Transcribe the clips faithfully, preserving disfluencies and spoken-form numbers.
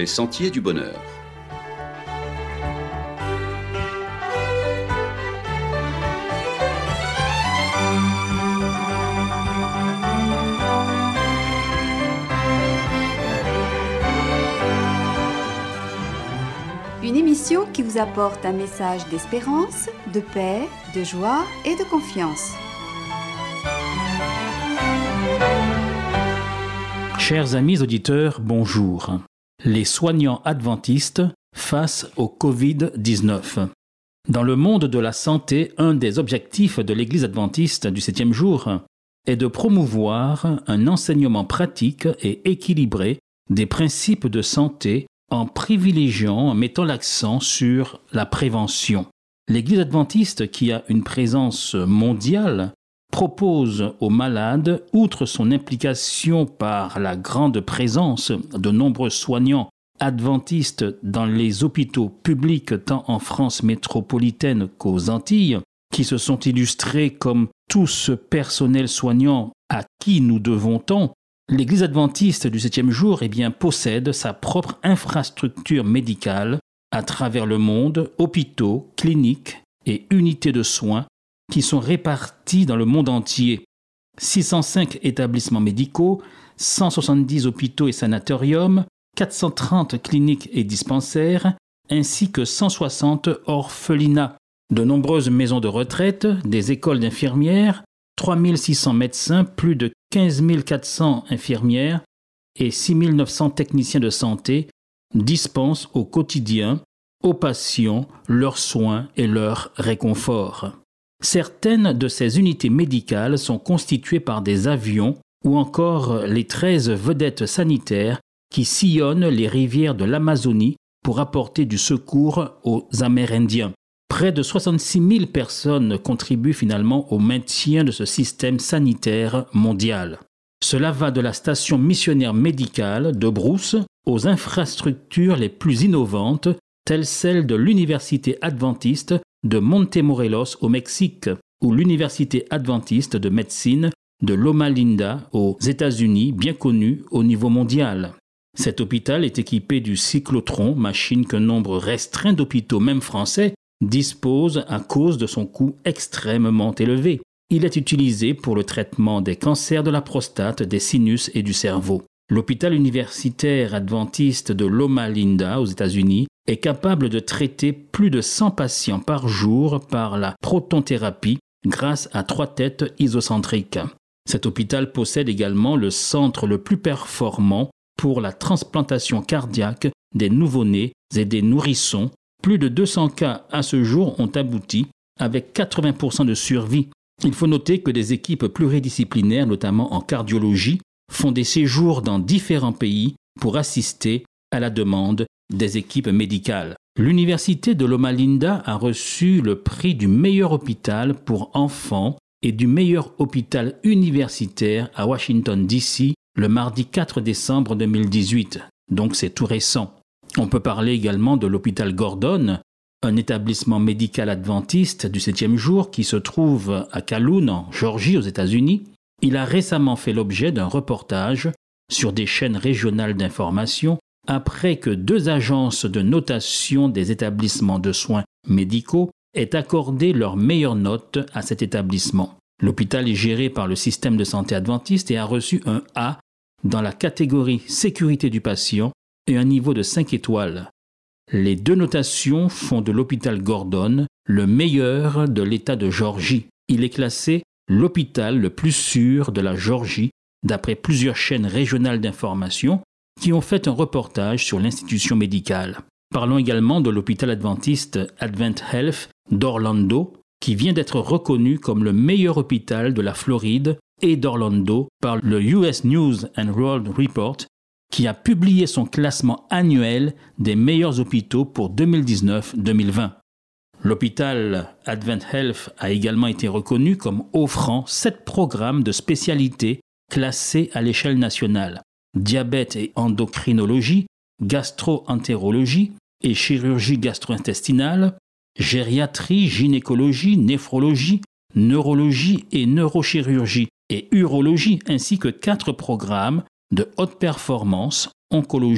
les sentiers du bonheur. Une émission qui vous apporte un message d'espérance, de paix, de joie et de confiance. Chers amis auditeurs, bonjour. Les soignants adventistes face au covid dix-neuf. Dans le monde de la santé, un des objectifs de l'Église adventiste du septième jour est de promouvoir un enseignement pratique et équilibré des principes de santé en privilégiant, en mettant l'accent sur la prévention. L'Église adventiste, qui a une présence mondiale, propose aux malades, outre son implication par la grande présence de nombreux soignants adventistes dans les hôpitaux publics tant en France métropolitaine qu'aux Antilles, qui se sont illustrés comme tout ce personnel soignant à qui nous devons tant, l'Église adventiste du septième jour eh bien, possède sa propre infrastructure médicale à travers le monde, hôpitaux, cliniques et unités de soins qui sont répartis dans le monde entier. six cent cinq établissements médicaux, cent soixante-dix hôpitaux et sanatoriums, quatre cent trente cliniques et dispensaires, ainsi que cent soixante orphelinats. De nombreuses maisons de retraite, des écoles d'infirmières, trois mille six cents médecins, plus de quinze mille quatre cents infirmières et six mille neuf cents techniciens de santé dispensent au quotidien aux patients leurs soins et leur réconfort. Certaines de ces unités médicales sont constituées par des avions ou encore les treize vedettes sanitaires qui sillonnent les rivières de l'Amazonie pour apporter du secours aux Amérindiens. Près de soixante-six mille personnes contribuent finalement au maintien de ce système sanitaire mondial. Cela va de la station missionnaire médicale de Brousse aux infrastructures les plus innovantes, telles celles de l'Université adventiste de Montemorelos au Mexique ou l'Université adventiste de médecine de Loma Linda aux États-Unis, bien connue au niveau mondial. Cet hôpital est équipé du cyclotron, machine qu'un nombre restreint d'hôpitaux, même français, dispose à cause de son coût extrêmement élevé. Il est utilisé pour le traitement des cancers de la prostate, des sinus et du cerveau. L'hôpital universitaire adventiste de Loma Linda aux États-Unis est capable de traiter plus de cent patients par jour par la protonthérapie grâce à trois têtes isocentriques. Cet hôpital possède également le centre le plus performant pour la transplantation cardiaque des nouveau-nés et des nourrissons. Plus de deux cents cas à ce jour ont abouti avec quatre-vingts pour cent de survie. Il faut noter que des équipes pluridisciplinaires, notamment en cardiologie, font des séjours dans différents pays pour assister à la demande des équipes médicales. L'Université de Loma Linda a reçu le prix du meilleur hôpital pour enfants et du meilleur hôpital universitaire à Washington D C le mardi quatre décembre deux mille dix-huit, donc c'est tout récent. On peut parler également de l'hôpital Gordon, un établissement médical adventiste du septième jour qui se trouve à Calhoun, en Géorgie, aux États-Unis. Il a récemment fait l'objet d'un reportage sur des chaînes régionales d'information après que deux agences de notation des établissements de soins médicaux aient accordé leur meilleure note à cet établissement. L'hôpital est géré par le système de santé adventiste et a reçu un A dans la catégorie sécurité du patient et un niveau de cinq étoiles. Les deux notations font de l'hôpital Gordon le meilleur de l'État de Géorgie. Il est classé l'hôpital le plus sûr de la Géorgie d'après plusieurs chaînes régionales d'information qui ont fait un reportage sur l'institution médicale. Parlons également de l'hôpital adventiste Advent Health d'Orlando, qui vient d'être reconnu comme le meilleur hôpital de la Floride et d'Orlando par le U S News and World Report, qui a publié son classement annuel des meilleurs hôpitaux pour deux mille dix-neuf deux mille vingt. L'hôpital Advent Health a également été reconnu comme offrant sept programmes de spécialités classés à l'échelle nationale. Diabète et endocrinologie, gastro-entérologie et chirurgie gastro-intestinale, gériatrie, gynécologie, néphrologie, neurologie et neurochirurgie et urologie, ainsi que quatre programmes de haute performance, oncologie,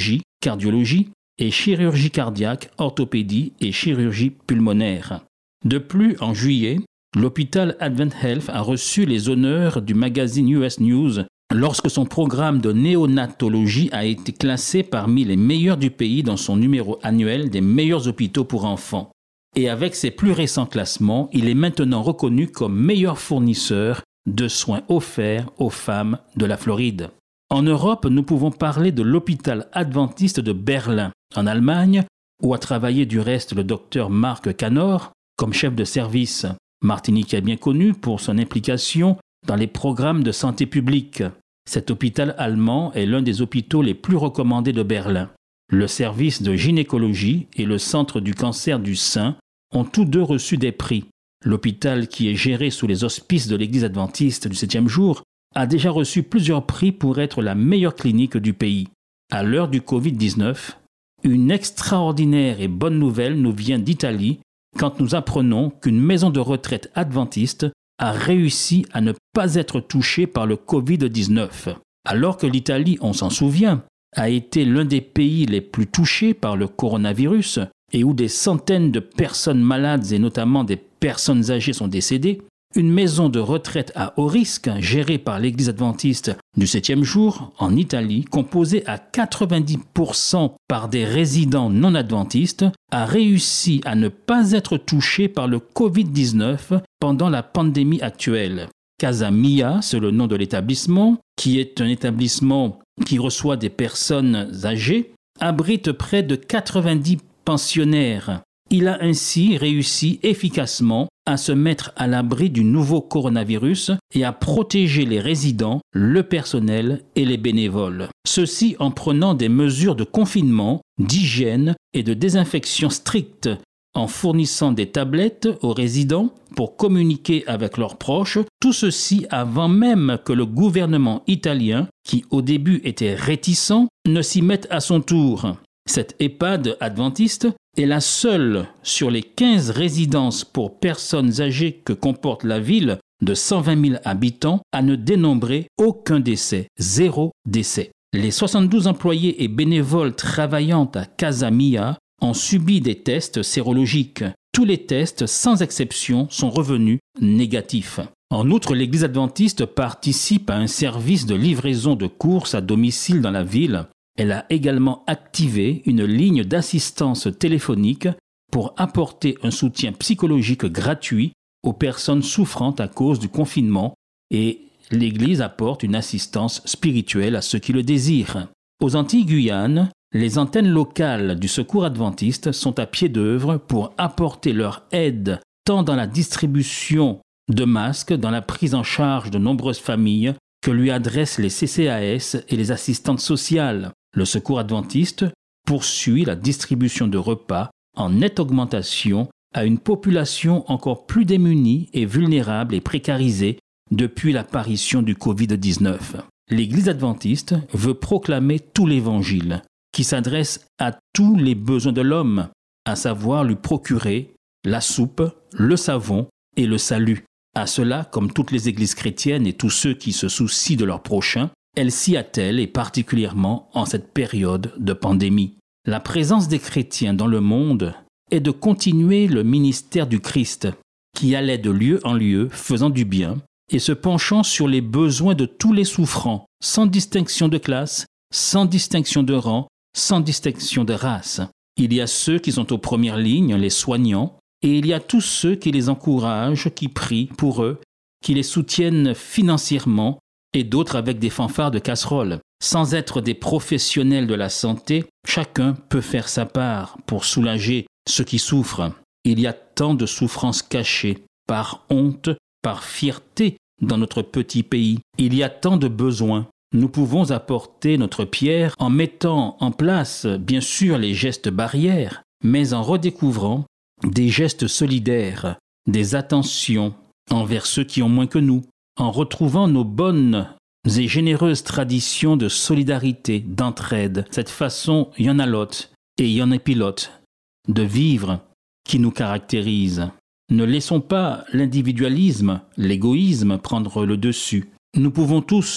cardiologie, et chirurgie cardiaque, orthopédie et chirurgie pulmonaire. De plus, en juillet, l'hôpital Advent Health a reçu les honneurs du magazine U S News lorsque son programme de néonatologie a été classé parmi les meilleurs du pays dans son numéro annuel des meilleurs hôpitaux pour enfants. Et avec ses plus récents classements, il est maintenant reconnu comme meilleur fournisseur de soins offerts aux femmes de la Floride. En Europe, nous pouvons parler de l'hôpital adventiste de Berlin, en Allemagne, où a travaillé du reste le docteur Marc Canor comme chef de service. Martinique est bien connu pour son implication dans les programmes de santé publique. Cet hôpital allemand est l'un des hôpitaux les plus recommandés de Berlin. Le service de gynécologie et le centre du cancer du sein ont tous deux reçu des prix. L'hôpital, qui est géré sous les auspices de l'Église adventiste du septième jour, a déjà reçu plusieurs prix pour être la meilleure clinique du pays. À l'heure du covid dix-neuf, une extraordinaire et bonne nouvelle nous vient d'Italie quand nous apprenons qu'une maison de retraite adventiste a réussi à ne pas être touchée par le covid dix-neuf. Alors que l'Italie, on s'en souvient, a été l'un des pays les plus touchés par le coronavirus et où des centaines de personnes malades et notamment des personnes âgées sont décédées, une maison de retraite à haut risque gérée par l'Église adventiste du septième jour en Italie, composée à quatre-vingt-dix pour cent par des résidents non adventistes, a réussi à ne pas être touchée par le covid dix-neuf pendant la pandémie actuelle. Casa Mia, c'est le nom de l'établissement, qui est un établissement qui reçoit des personnes âgées, abrite près de quatre-vingt-dix pensionnaires. Il a ainsi réussi efficacement à se mettre à l'abri du nouveau coronavirus et à protéger les résidents, le personnel et les bénévoles. Ceci en prenant des mesures de confinement, d'hygiène et de désinfection strictes, en fournissant des tablettes aux résidents pour communiquer avec leurs proches, tout ceci avant même que le gouvernement italien, qui au début était réticent, ne s'y mette à son tour. Cette EHPAD adventiste est la seule sur les quinze résidences pour personnes âgées que comporte la ville de cent vingt mille habitants à ne dénombrer aucun décès, zéro décès. Les soixante-douze employés et bénévoles travaillant à Casa Mia ont subi des tests sérologiques. Tous les tests, sans exception, sont revenus négatifs. En outre, l'Église adventiste participe à un service de livraison de courses à domicile dans la ville. Elle a également activé une ligne d'assistance téléphonique pour apporter un soutien psychologique gratuit aux personnes souffrant à cause du confinement et l'Église apporte une assistance spirituelle à ceux qui le désirent. Aux Antilles-Guyane, les antennes locales du Secours adventiste sont à pied d'œuvre pour apporter leur aide tant dans la distribution de masques, dans la prise en charge de nombreuses familles que lui adressent les C C A S et les assistantes sociales. Le Secours adventiste poursuit la distribution de repas en nette augmentation à une population encore plus démunie et vulnérable et précarisée depuis l'apparition du covid dix-neuf. L'Église adventiste veut proclamer tout l'Évangile, qui s'adresse à tous les besoins de l'homme, à savoir lui procurer la soupe, le savon et le salut. À cela, comme toutes les églises chrétiennes et tous ceux qui se soucient de leur prochain, elle s'y attelle et particulièrement en cette période de pandémie. La présence des chrétiens dans le monde est de continuer le ministère du Christ, qui allait de lieu en lieu faisant du bien et se penchant sur les besoins de tous les souffrants, sans distinction de classe, sans distinction de rang, sans distinction de race. Il y a ceux qui sont aux premières lignes, les soignants, et il y a tous ceux qui les encouragent, qui prient pour eux, qui les soutiennent financièrement, et d'autres avec des fanfares de casseroles. Sans être des professionnels de la santé, chacun peut faire sa part pour soulager ceux qui souffrent. Il y a tant de souffrances cachées, par honte, par fierté dans notre petit pays. Il y a tant de besoins. Nous pouvons apporter notre pierre en mettant en place, bien sûr, les gestes barrières, mais en redécouvrant des gestes solidaires, des attentions envers ceux qui ont moins que nous, en retrouvant nos bonnes et généreuses traditions de solidarité, d'entraide, cette façon, il y en a l'autre et il y en a pilote, de vivre qui nous caractérise. Ne laissons pas l'individualisme, l'égoïsme prendre le dessus. Nous pouvons tous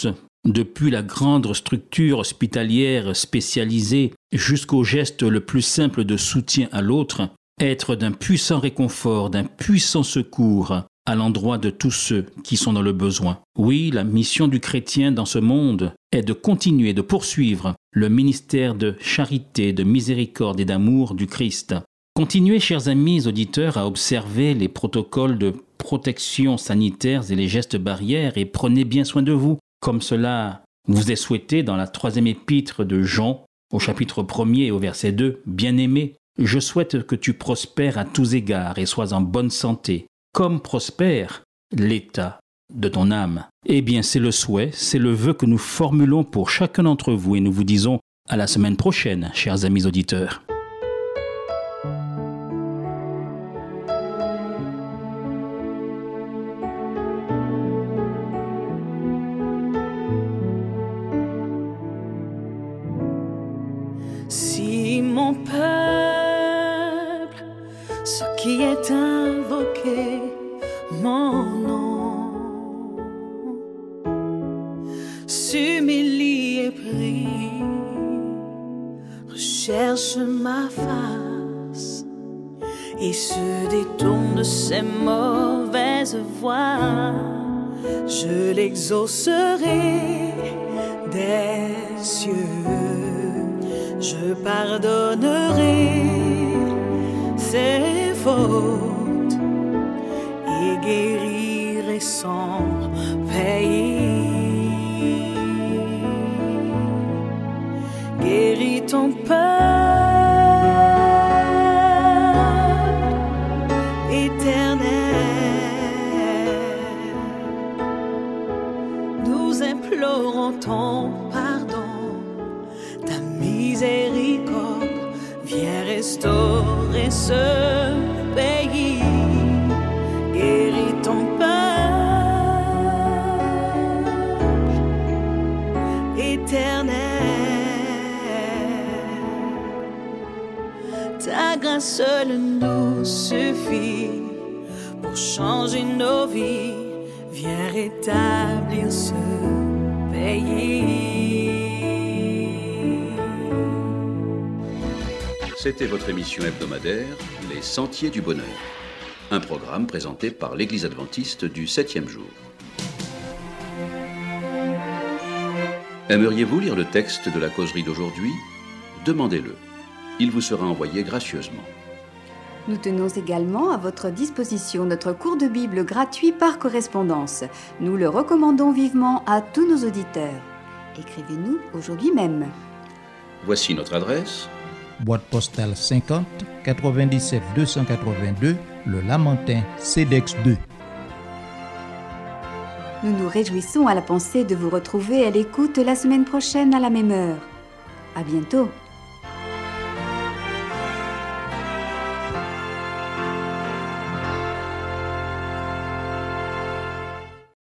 depuis la grande structure hospitalière spécialisée jusqu'au geste le plus simple de soutien à l'autre, être d'un puissant réconfort, d'un puissant secours à l'endroit de tous ceux qui sont dans le besoin. Oui, la mission du chrétien dans ce monde est de continuer, de poursuivre le ministère de charité, de miséricorde et d'amour du Christ. Continuez, chers amis auditeurs, à observer les protocoles de protection sanitaires et les gestes barrières et prenez bien soin de vous, comme cela vous est souhaité dans la troisième épître de Jean, au chapitre premier et au verset deux. Bien-aimé, je souhaite que tu prospères à tous égards et sois en bonne santé, comme prospère l'état de ton âme. Eh bien, c'est le souhait, c'est le vœu que nous formulons pour chacun d'entre vous et nous vous disons à la semaine prochaine, chers amis auditeurs. Si mon peuple, ce qui est invoqué, mon nom, s'humilie et prie, recherche ma face et se détourne de ses mauvaises voies, je l'exaucerai des cieux. Je pardonnerai ses fautes et guérirai son pays. Guéris ton peuple éternel. Nous implorons ton pardon. Ta miséricorde vient restaurer ce pays. Guéris ton peuple éternel. Ta grâce seule nous suffit pour changer nos vies. Viens rétablir ce pays. C'était votre émission hebdomadaire, Les Sentiers du Bonheur. Un programme présenté par l'Église adventiste du septième jour. Aimeriez-vous lire le texte de la causerie d'aujourd'hui ? Demandez-le. Il vous sera envoyé gracieusement. Nous tenons également à votre disposition notre cours de Bible gratuit par correspondance. Nous le recommandons vivement à tous nos auditeurs. Écrivez-nous aujourd'hui même. Voici notre adresse. Boîte postale cinquante, quatre-vingt-dix-sept deux cent quatre-vingt-deux, Le Lamentin, CEDEX deux. Nous nous réjouissons à la pensée de vous retrouver à l'écoute la semaine prochaine à la même heure. À bientôt.